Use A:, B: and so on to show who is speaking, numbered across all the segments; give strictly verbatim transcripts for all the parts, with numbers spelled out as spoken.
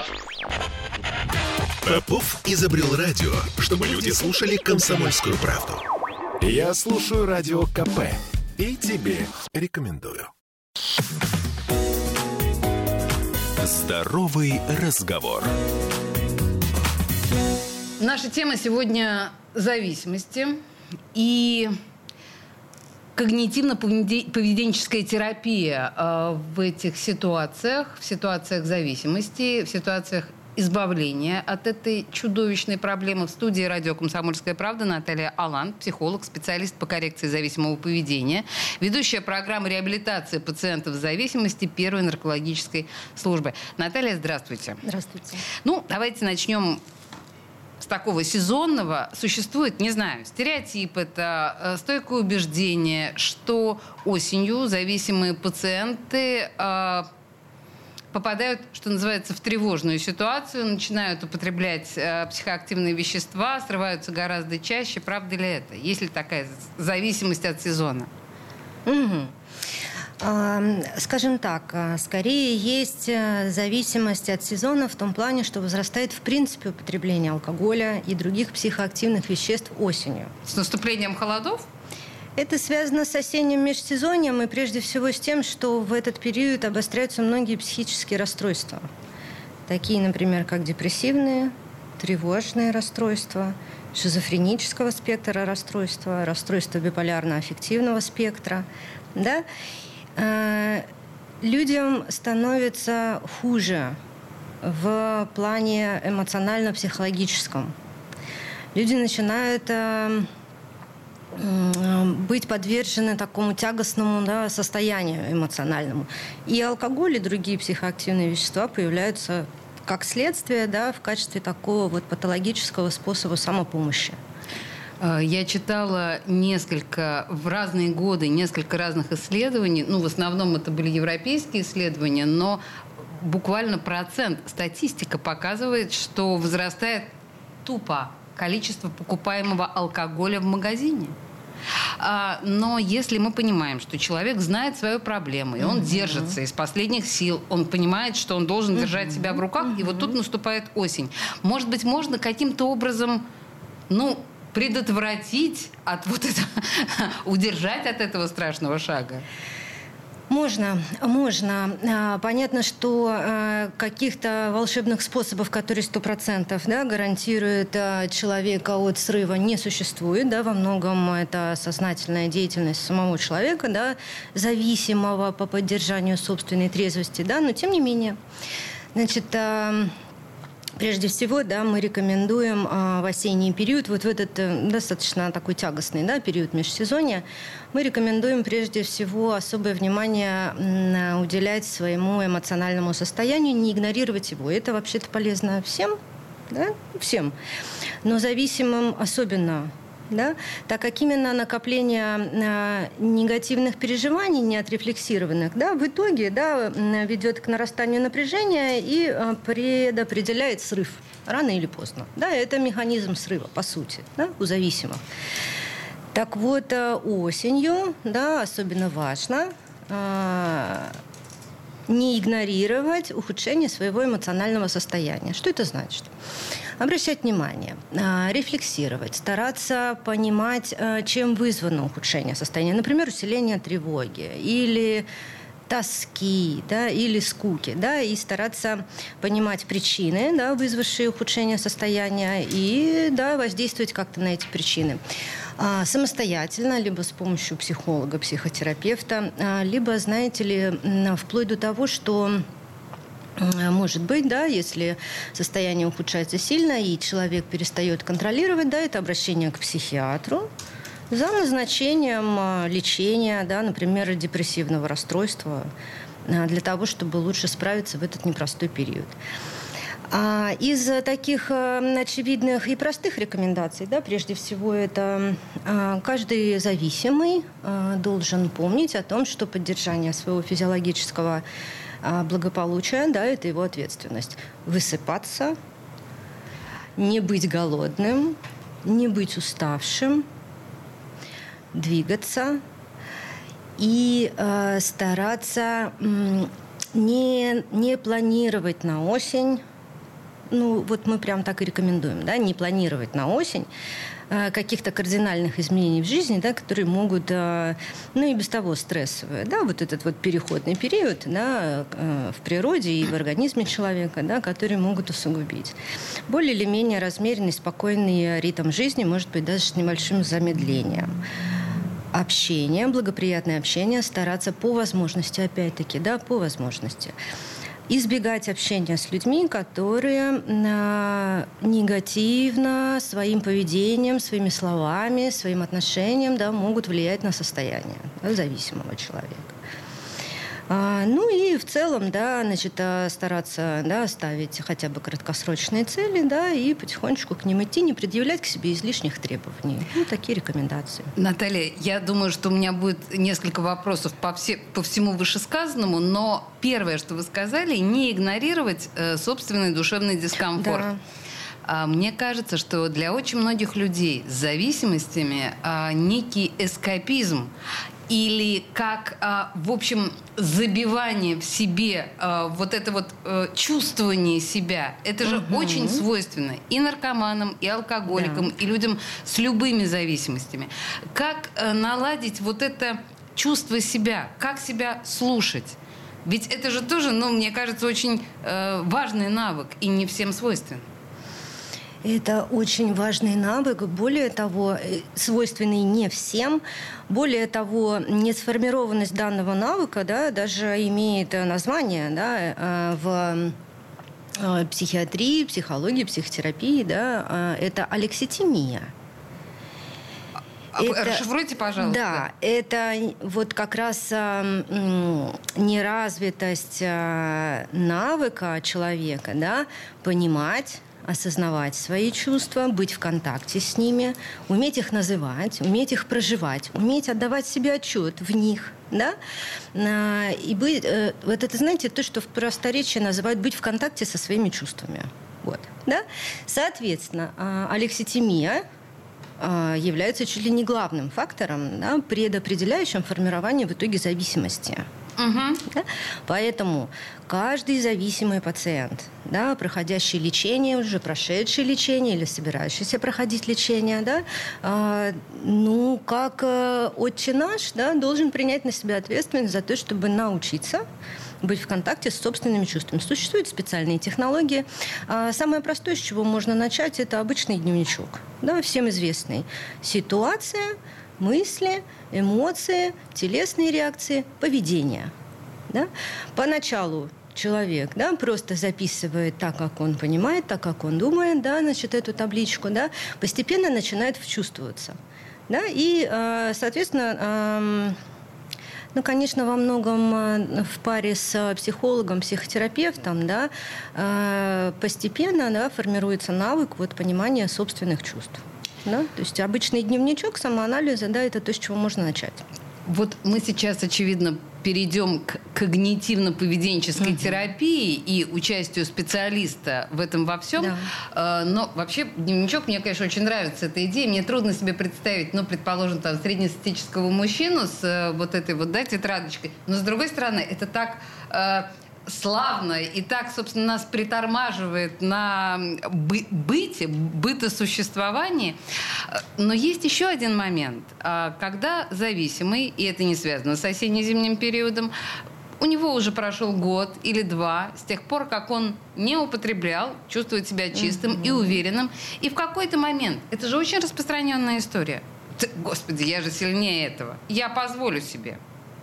A: Попов изобрел радио, чтобы люди слушали «Комсомольскую правду». Я слушаю Радио КП и тебе рекомендую. Здоровый разговор.
B: Наша тема сегодня зависимости и когнитивно-поведенческая терапия в этих ситуациях, в ситуациях зависимости, в ситуациях избавления от этой чудовищной проблемы. В студии радио «Комсомольская правда» Наталья Аланд, психолог, специалист по коррекции зависимого поведения, ведущая программы реабилитации пациентов с зависимости Первой наркологической службы. Наталья, здравствуйте.
C: Здравствуйте.
B: Ну, давайте начнем с такого сезонного. Существует, не знаю, стереотип, это стойкое убеждение, что осенью зависимые пациенты э, попадают, что называется, в тревожную ситуацию, начинают употреблять э, психоактивные вещества, срываются гораздо чаще. Правда ли это? Есть ли такая зависимость от сезона?
C: Угу. Скажем так, скорее есть зависимость от сезона в том плане, что возрастает в принципе употребление алкоголя и других психоактивных веществ осенью.
B: С наступлением холодов?
C: Это связано с осенним межсезоньем и прежде всего с тем, что в этот период обостряются многие психические расстройства. Такие, например, как депрессивные, тревожные расстройства, шизофренического спектра расстройства, расстройства биполярно-аффективного спектра. Да? Людям становится хуже в плане эмоционально-психологическом. Люди начинают быть подвержены такому тягостному, да, состоянию эмоциональному. И алкоголь и другие психоактивные вещества появляются как следствие, да, в качестве такого вот патологического способа самопомощи.
B: Я читала несколько, в разные годы, несколько разных исследований. Ну, в основном это были европейские исследования, но буквально процент, статистика показывает, что возрастает тупо количество покупаемого алкоголя в магазине. А, но если мы понимаем, что человек знает свою проблему, и он mm-hmm. держится из последних сил, он понимает, что он должен mm-hmm. держать себя в руках, mm-hmm. и вот тут наступает осень. Может быть, можно каким-то образом, ну, предотвратить от вот этого, удержать от этого страшного шага?
C: Можно, можно. Понятно, что каких-то волшебных способов, которые сто процентов, да, гарантируют человека от срыва, не существует. Да, во многом это сознательная деятельность самого человека, да, зависимого по поддержанию собственной трезвости. Да, но тем не менее, значит, прежде всего, да, мы рекомендуем а, в осенний период, вот в этот э, достаточно такой тягостный, да, период межсезонья, мы рекомендуем прежде всего особое внимание м, уделять своему эмоциональному состоянию, не игнорировать его. Это вообще-то полезно всем, да, всем, но зависимым особенно. Да? Так как именно накопление э, негативных переживаний, неотрефлексированных, да, в итоге, да, ведет к нарастанию напряжения и э, предопределяет срыв рано или поздно. Да? Это механизм срыва, по сути, да, у зависимых. Так вот, э, осенью, да, особенно важно э, не игнорировать ухудшение своего эмоционального состояния. Что это значит? Обращать внимание, рефлексировать, стараться понимать, чем вызвано ухудшение состояния. Например, усиление тревоги или тоски, да, или скуки, да, и стараться понимать причины, да, вызвавшие ухудшение состояния, и, да, воздействовать как-то на эти причины. А, самостоятельно, либо с помощью психолога, психотерапевта, а, либо, знаете ли, вплоть до того, что может быть, да, если состояние ухудшается сильно и человек перестает контролировать, да, это обращение к психиатру за назначением лечения, да, например, депрессивного расстройства, для того, чтобы лучше справиться в этот непростой период. А из таких очевидных и простых рекомендаций, да, прежде всего, это каждый зависимый должен помнить о том, что поддержание своего физиологического благополучия, да, это его ответственность. Высыпаться, не быть голодным, не быть уставшим, двигаться и э, стараться м, не, не планировать на осень ну, вот мы прям так и рекомендуем, да, не планировать на осень каких-то кардинальных изменений в жизни, да, которые могут, ну, и без того стрессовые, да, вот этот вот переходный период, да, в природе и в организме человека, да, которые могут усугубить. Более или менее размеренный, спокойный ритм жизни, может быть, даже с небольшим замедлением. Общение, благоприятное общение, стараться по возможности, опять-таки, да, по возможности. Избегать общения с людьми, которые э, негативно своим поведением, своими словами, своим отношением, да, могут влиять на состояние, да, зависимого человека. А, ну и в целом, да, значит, стараться, да, ставить хотя бы краткосрочные цели, да, и потихонечку к ним идти, не предъявлять к себе излишних требований. Ну, такие рекомендации.
B: Наталья, я думаю, что у меня будет несколько вопросов по, все, по всему вышесказанному, но первое, что вы сказали, не игнорировать э, собственный душевный дискомфорт. Да. Мне кажется, что для очень многих людей с зависимостями а, некий эскапизм или как, а, в общем, забивание в себе, а, вот это вот а, чувствование себя, это же угу. очень свойственно и наркоманам, и алкоголикам, да. и людям с любыми зависимостями. Как а, наладить вот это чувство себя, как себя слушать? Ведь это же тоже, ну, мне кажется, очень а, важный навык и не всем свойствен.
C: Это очень важный навык. Более того, свойственный не всем. Более того, несформированность данного навыка, да, даже имеет название, да, в психиатрии, психологии, психотерапии. Да, это алекситимия.
B: Это, расшифруйте, пожалуйста.
C: Да, это вот как раз м, неразвитость навыка человека, да, понимать, осознавать свои чувства, быть в контакте с ними, уметь их называть, уметь их проживать, уметь отдавать себе отчет в них, да, и быть, вот это, знаете, то, что в просторечии называют быть в контакте со своими чувствами, вот, да. Соответственно, алекситимия является чуть ли не главным фактором, да, предопределяющим формирование в итоге зависимости. Угу. Да? Поэтому каждый зависимый пациент, да, проходящий лечение, уже прошедший лечение или собирающийся проходить лечение, да, э, ну, как э, отче наш, да, должен принять на себя ответственность за то, чтобы научиться быть в контакте с собственными чувствами. Существуют специальные технологии. А самое простое, с чего можно начать, это обычный дневничок, да, всем известный. Ситуация, мысли, эмоции, телесные реакции, поведение. Да? Поначалу человек, да, просто записывает так, как он понимает, так, как он думает, да, значит, эту табличку, да, постепенно начинает вчувствоваться. Да? И, соответственно, ну, конечно, во многом в паре с психологом, психотерапевтом, да, постепенно, да, формируется навык вот, понимания собственных чувств. Да? То есть обычный дневничок самоанализа, да, это то, с чего можно начать.
B: Вот мы сейчас, очевидно, перейдем к когнитивно-поведенческой угу. терапии и участию специалиста в этом во всем. Да. Но вообще дневничок, мне, конечно, очень нравится эта идея. Мне трудно себе представить, ну, предположим, там, среднестатистического мужчину с вот этой вот, да, тетрадочкой. Но, с другой стороны, это так славно и так, собственно, нас притормаживает на бы- быте, бытосуществовании. Но есть еще один момент. Когда зависимый, и это не связано с осенне-зимним периодом, у него уже прошел год или два с тех пор, как он не употреблял, чувствует себя чистым mm-hmm. и уверенным. И в какой-то момент, это же очень распространенная история. Господи, я же сильнее этого. Я позволю себе.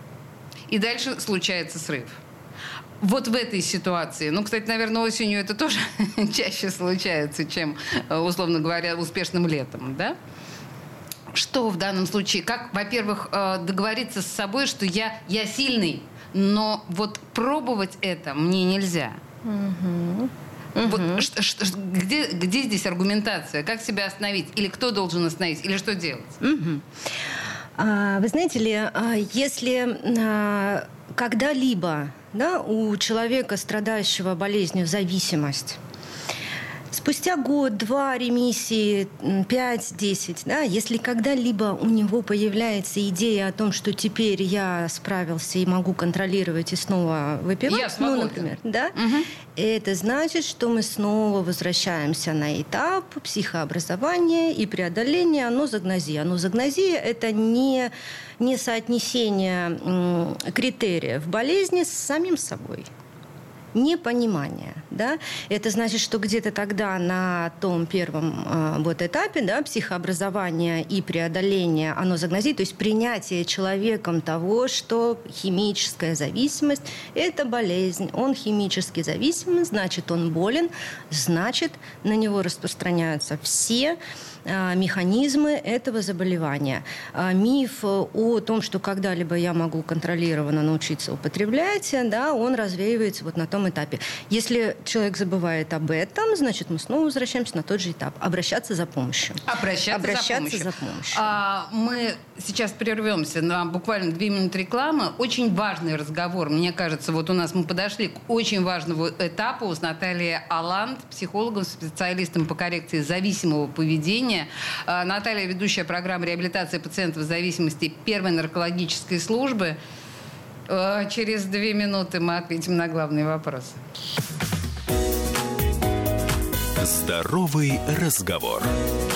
B: И дальше случается срыв. Вот в этой ситуации, ну, кстати, наверное, осенью это тоже чаще случается, чем, условно говоря, успешным летом, да? Что в данном случае? Как, во-первых, договориться с собой, что я, я сильный, но вот пробовать это мне нельзя?
C: Угу.
B: Вот
C: угу.
B: ш, ш, где, где здесь аргументация? Как себя остановить? Или кто должен остановить? Или что делать?
C: Угу. А, вы знаете ли, если а, когда-либо, да, у человека, страдающего болезнью зависимость, Спустя год, два ремиссии, пять-десять, да, если когда-либо у него появляется идея о том, что теперь я справился и могу контролировать и снова выпивать, ну, например, да, угу. Это значит, что мы снова возвращаемся на этап психообразования и преодоления анозагнозии. Анозагнозия – это не, не соотнесение м, критериев болезни с самим собой. Непонимание, да, это значит, что где-то тогда на том первом э, вот этапе, да, психообразования и преодоления анозагнозии, то есть принятие человеком того, что химическая зависимость – это болезнь, он химически зависим, значит, он болен, значит, на него распространяются все э, механизмы этого заболевания. А миф о том, что когда-либо я могу контролированно научиться употреблять, да, он развеивается вот на том этапе. Если человек забывает об этом, значит, мы снова возвращаемся на тот же этап. Обращаться за помощью.
B: Обращаться, Обращаться за помощью. За помощью. А, мы сейчас прервемся на буквально две минуты рекламы. Очень важный разговор. Мне кажется, вот у нас мы подошли к очень важному этапу с Натальей Аланд, психологом, специалистом по коррекции зависимого поведения. А, Наталья, ведущая программы реабилитации пациентов с зависимости первой наркологической службы. Через две минуты мы ответим на главные вопросы.
A: Здоровый разговор.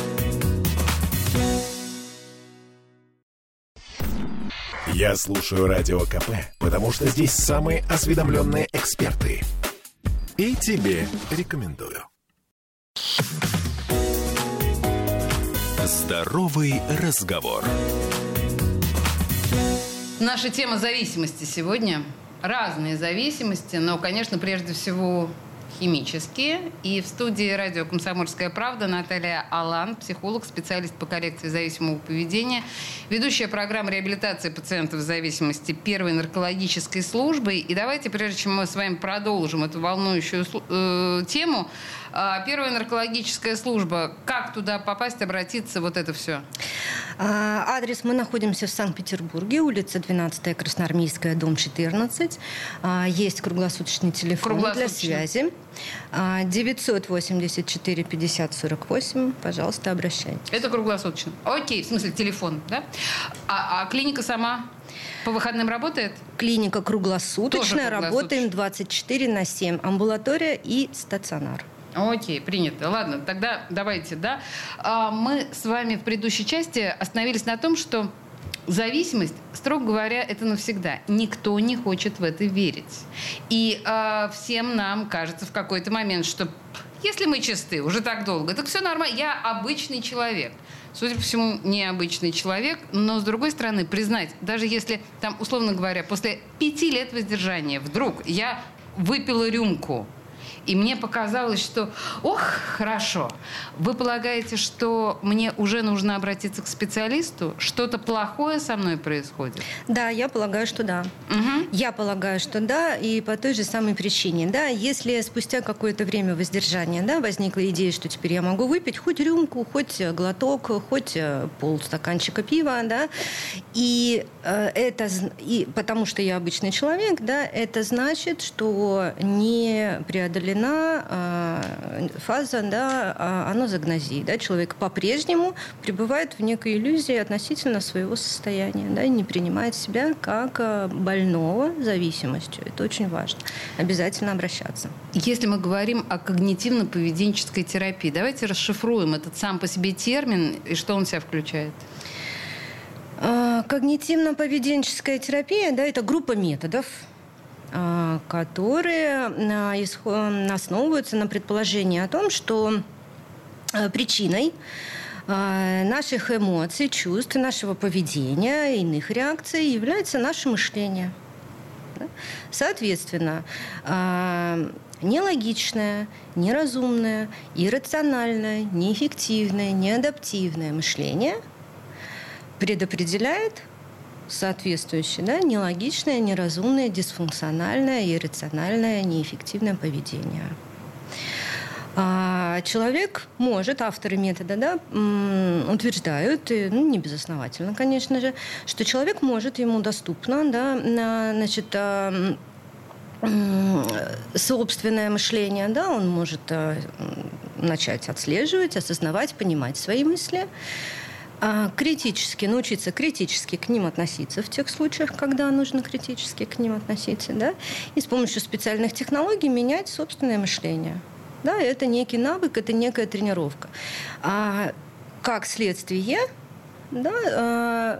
A: Я слушаю Радио КП, потому что здесь самые осведомленные эксперты. И тебе рекомендую. Здоровый разговор.
B: Наша тема зависимости сегодня. Разные зависимости, но, конечно, прежде всего химические. И в студии радио «Комсомольская правда» Наталья Аланд, психолог, специалист по коррекции зависимого поведения, ведущая программы реабилитации пациентов с зависимости первой наркологической службы. И давайте, прежде чем мы с вами продолжим эту волнующую э, тему, э, первая наркологическая служба, как туда попасть, обратиться, вот это все?
C: Адрес: мы находимся в Санкт-Петербурге, улица двенадцатая, Красноармейская, дом четырнадцать. Есть круглосуточный телефон для связи. девятьсот восемьдесят четыре пятьдесят сорок восемь. Пожалуйста, обращайтесь.
B: Это круглосуточно. Окей, в смысле телефон, да? А, а клиника сама по выходным работает?
C: Клиника круглосуточная, работаем двадцать четыре на семь. Амбулатория и стационар.
B: Окей, принято. Ладно, тогда давайте, да. А, мы с вами в предыдущей части остановились на том, что зависимость, строго говоря, это навсегда. Никто не хочет в это верить. И а, всем нам кажется в какой-то момент, что если мы чисты уже так долго, так все нормально. Я обычный человек. Судя по всему, необычный человек. Но, с другой стороны, признать, даже если, там, условно говоря, после пяти лет воздержания вдруг я выпила рюмку, и мне показалось, что, ох, хорошо. Вы полагаете, что мне уже нужно обратиться к специалисту? Что-то плохое со мной происходит?
C: Да, я полагаю, что да. Угу. Я полагаю, что да, и по той же самой причине. Да, если спустя какое-то время воздержания, да, возникла идея, что теперь я могу выпить хоть рюмку, хоть глоток, хоть полстаканчика пива, да, и э, это, и потому что я обычный человек, да, это значит, что не преодолена фаза, да, анозагнозии. Да, человек по-прежнему пребывает в некой иллюзии относительно своего состояния, да, и не принимает себя как больного зависимостью. Это очень важно. Обязательно обращаться.
B: Если мы говорим о когнитивно-поведенческой терапии, давайте расшифруем этот сам по себе термин и что он в себя включает.
C: Когнитивно-поведенческая терапия, да, это группа методов, которые основываются на предположении о том, что причиной наших эмоций, чувств, нашего поведения, иных реакций является наше мышление. Соответственно, нелогичное, неразумное, иррациональное, неэффективное, неадаптивное мышление предопределяет соответствующее, да, нелогичное, неразумное, дисфункциональное, иррациональное, неэффективное поведение. А человек может, авторы метода, да, утверждают, ну, не безосновательно, конечно же, что человек может, ему доступно, да, значит, собственное мышление, да, он может начать отслеживать, осознавать, понимать свои мысли, критически, научиться критически к ним относиться в тех случаях, когда нужно критически к ним относиться, да, и с помощью специальных технологий менять собственное мышление. Да, это некий навык, это некая тренировка. А как следствие, да,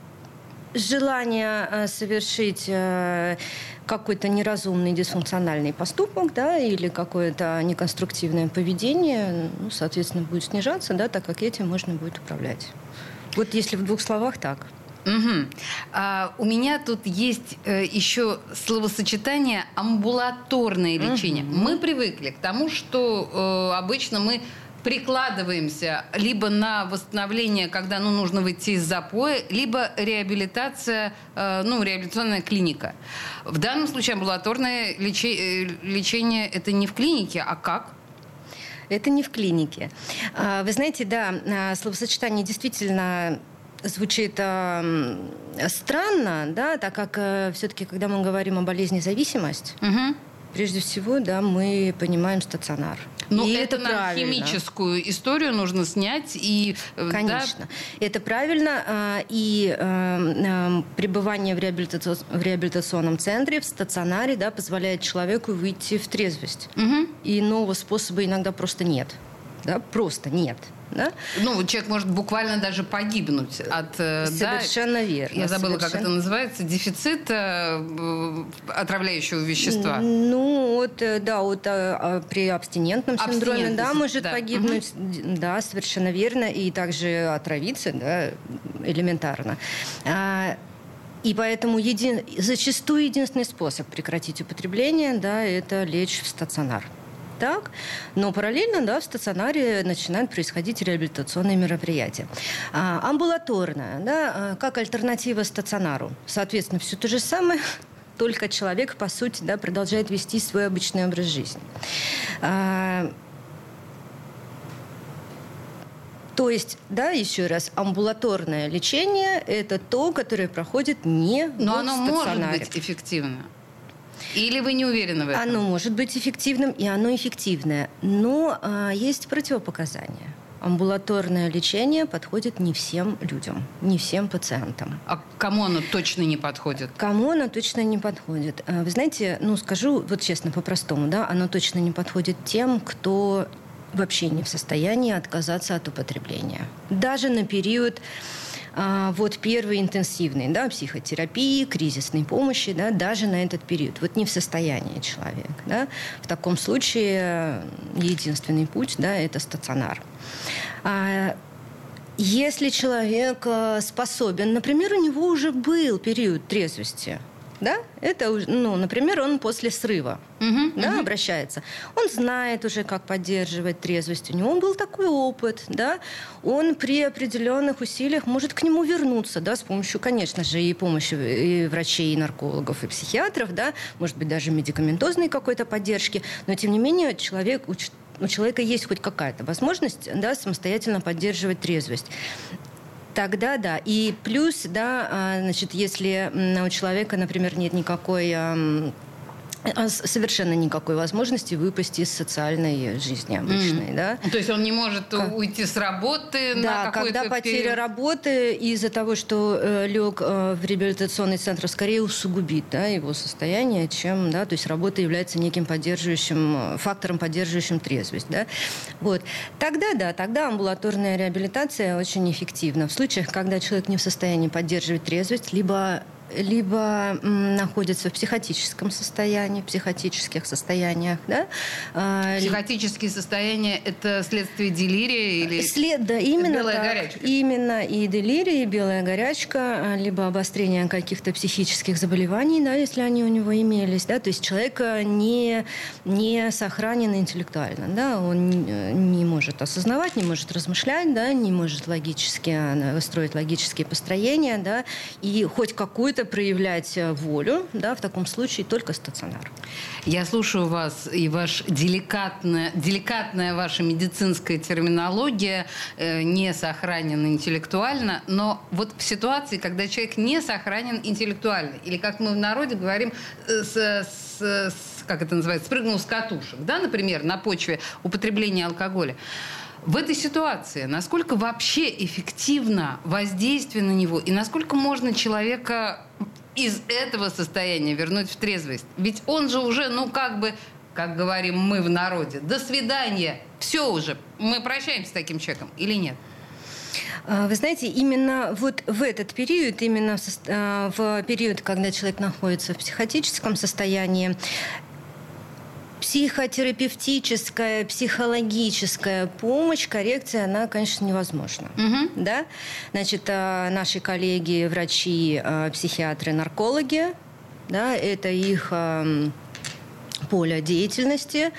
C: желание совершить какой-то неразумный дисфункциональный поступок, да, или какое-то неконструктивное поведение, ну, соответственно, будет снижаться, да, так как этим можно будет управлять. Вот если в двух словах так.
B: Угу. А, у меня тут есть э, еще словосочетание амбулаторное лечение. Угу. Мы привыкли к тому, что э, обычно мы прикладываемся либо на восстановление, когда ну, нужно выйти из запоя, либо реабилитация, э, ну, реабилитационная клиника. В данном случае амбулаторное лече- лечение – это не в клинике, а как?
C: Это не в клинике. Вы знаете, да, словосочетание действительно звучит э, странно, да, так как э, все-таки, когда мы говорим о болезни зависимость, угу. прежде всего, да, мы понимаем стационар.
B: Но и это, это нам правильно. Химическую историю нужно снять. И,
C: конечно.
B: Да?
C: Это правильно. И пребывание в, реабилитацион... в реабилитационном центре, в стационаре, да, позволяет человеку выйти в трезвость. Угу. И иного способа иногда просто нет. Да? Просто нет. Да?
B: Ну, человек может буквально даже погибнуть от...
C: Совершенно
B: да,
C: верно.
B: Я забыла,
C: совершенно...
B: как это называется, дефицита отравляющего вещества.
C: Ну, вот, да, вот при абстинентном синдроме, да, может
B: да.
C: погибнуть,
B: угу.
C: да, совершенно верно, и также отравиться, да, элементарно. И поэтому един... зачастую единственный способ прекратить употребление, да, это лечь в стационар. Так, но параллельно, да, в стационаре начинают происходить реабилитационные мероприятия. А, амбулаторная, да, как альтернатива стационару. Соответственно, все то же самое, только человек, по сути, да, продолжает вести свой обычный образ жизни. А, то есть, да, еще раз, амбулаторное лечение – это то, которое проходит не в
B: но оно
C: стационаре.
B: Может быть эффективно. Или вы не уверены в этом?
C: Оно может быть эффективным, и оно эффективное. Но а, есть противопоказания. Амбулаторное лечение подходит не всем людям, не всем пациентам.
B: А кому оно точно не подходит?
C: Кому оно точно не подходит? Вы знаете, ну, скажу вот честно, по-простому, да, оно точно не подходит тем, кто вообще не в состоянии отказаться от употребления. Даже на период... Вот первой интенсивной, да, психотерапии, кризисной помощи, да, даже на этот период. Вот не в состоянии человек. Да. В таком случае единственный путь, да, это стационар. Если человек способен, например, у него уже был период трезвости, да, это, ну, например, он после срыва, uh-huh, да, uh-huh. обращается. Он знает уже, как поддерживать трезвость. У него был такой опыт, да. Он при определенных усилиях может к нему вернуться, да, с помощью, конечно же, и помощи и врачей, и наркологов, и психиатров, да, может быть, даже медикаментозной какой-то поддержки. Но, тем не менее, человек, у человека есть хоть какая-то возможность, да, самостоятельно поддерживать трезвость. Тогда да. И плюс, да, значит, если у человека, например, нет никакой, совершенно никакой возможности выпасть из социальной жизни обычной, mm. да.
B: То есть он не может как... уйти с работы
C: да,
B: на какой-то...
C: Да, когда потеря
B: период...
C: работы из-за того, что э, лег э, в реабилитационный центр, скорее усугубит, да, его состояние, чем, да, то есть работа является неким поддерживающим, фактором, поддерживающим трезвость, да. Вот. Тогда, да, тогда амбулаторная реабилитация очень эффективна. В случаях, когда человек не в состоянии поддерживать трезвость, либо либо м, находится в психотическом состоянии, в психотических состояниях, да?
B: Психотические состояния – это следствие делирия или
C: След, да, именно
B: белая
C: так,
B: горячка?
C: Именно и делирия, и белая горячка, либо обострение каких-то психических заболеваний, да, если они у него имелись, да, то есть человек не, не сохранен интеллектуально, да, он не может осознавать, не может размышлять, да, не может логически строить логические построения, да, и хоть какую-то проявлять волю, да, в таком случае только стационар.
B: Я слушаю вас, и ваш деликатная, деликатная ваша медицинская терминология э, не сохранена интеллектуально, но вот в ситуации, когда человек не сохранен интеллектуально, или, как мы в народе говорим, с, с, с как это называется, спрыгнул с катушек, да, например, на почве употребления алкоголя. В этой ситуации насколько вообще эффективно воздействие на него и насколько можно человека из этого состояния вернуть в трезвость? Ведь он же уже, ну как бы, как говорим мы в народе, до свидания, все уже, мы прощаемся с таким человеком или нет?
C: Вы знаете, именно вот в этот период, именно в, в период, когда человек находится в психотическом состоянии, психотерапевтическая, психологическая помощь, коррекция, она, конечно, невозможна. Угу. Да? Значит, наши коллеги, врачи, психиатры, наркологи, да, это их поле деятельности.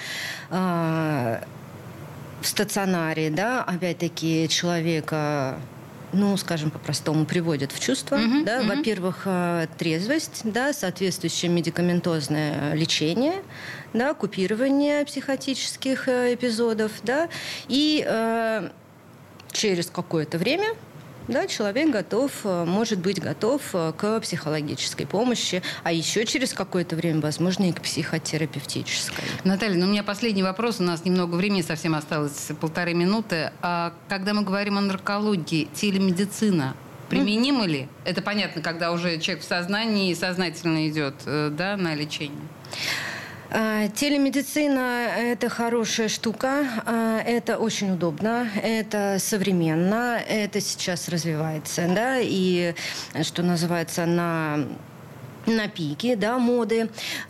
C: В стационаре, да, опять-таки, человека, ну, скажем по-простому, приводят в чувство. Uh-huh, да? uh-huh. Во-первых, трезвость, да, соответствующее медикаментозное лечение, да, купирование психотических эпизодов, да, и э, через какое-то время, да, человек готов, может быть готов к психологической помощи, а еще через какое-то время, возможно, и к психотерапевтической.
B: Наталья, ну у меня последний вопрос. У нас немного времени, совсем осталось полторы минуты. А когда мы говорим о наркологии, телемедицина применима mm. ли? Это понятно, когда уже человек в сознании и сознательно идет, да, на лечение.
C: Телемедицина – это хорошая штука, это очень удобно, это современно, это сейчас развивается, да, и, что называется, на, на пике, да, моды.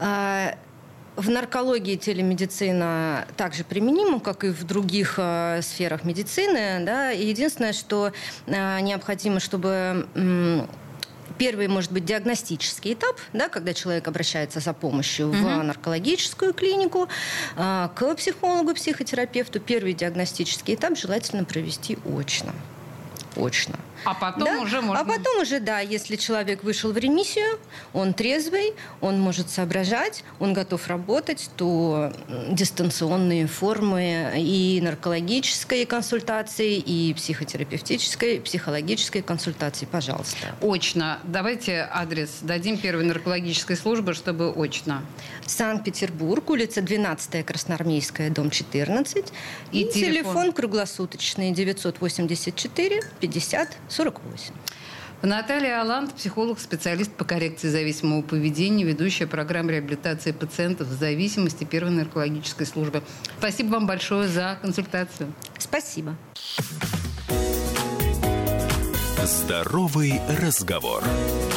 C: В наркологии телемедицина также применима, как и в других сферах медицины, да, и единственное, что необходимо, чтобы... Первый, может быть, диагностический этап, да, когда человек обращается за помощью угу. в наркологическую клинику, а, к психологу, психотерапевту. Первый диагностический этап желательно провести очно. Очно.
B: А потом
C: да?
B: уже можно...
C: А потом уже, да, если человек вышел в ремиссию, он трезвый, он может соображать, он готов работать, то дистанционные формы и наркологической консультации, и психотерапевтической, психологической консультации, пожалуйста.
B: Очно. Давайте адрес дадим первой наркологической службы, чтобы очно.
C: Санкт-Петербург, улица двенадцатая, Красноармейская, дом четырнадцать. И, и телефон? телефон круглосуточный девятьсот восемьдесят четыре пятьдесят сорок восемь.
B: Наталья Аланд, психолог, специалист по коррекции зависимого поведения, ведущая программы реабилитации пациентов с зависимости первой наркологической службы. Спасибо вам большое за консультацию.
C: Спасибо.
A: Здоровый разговор.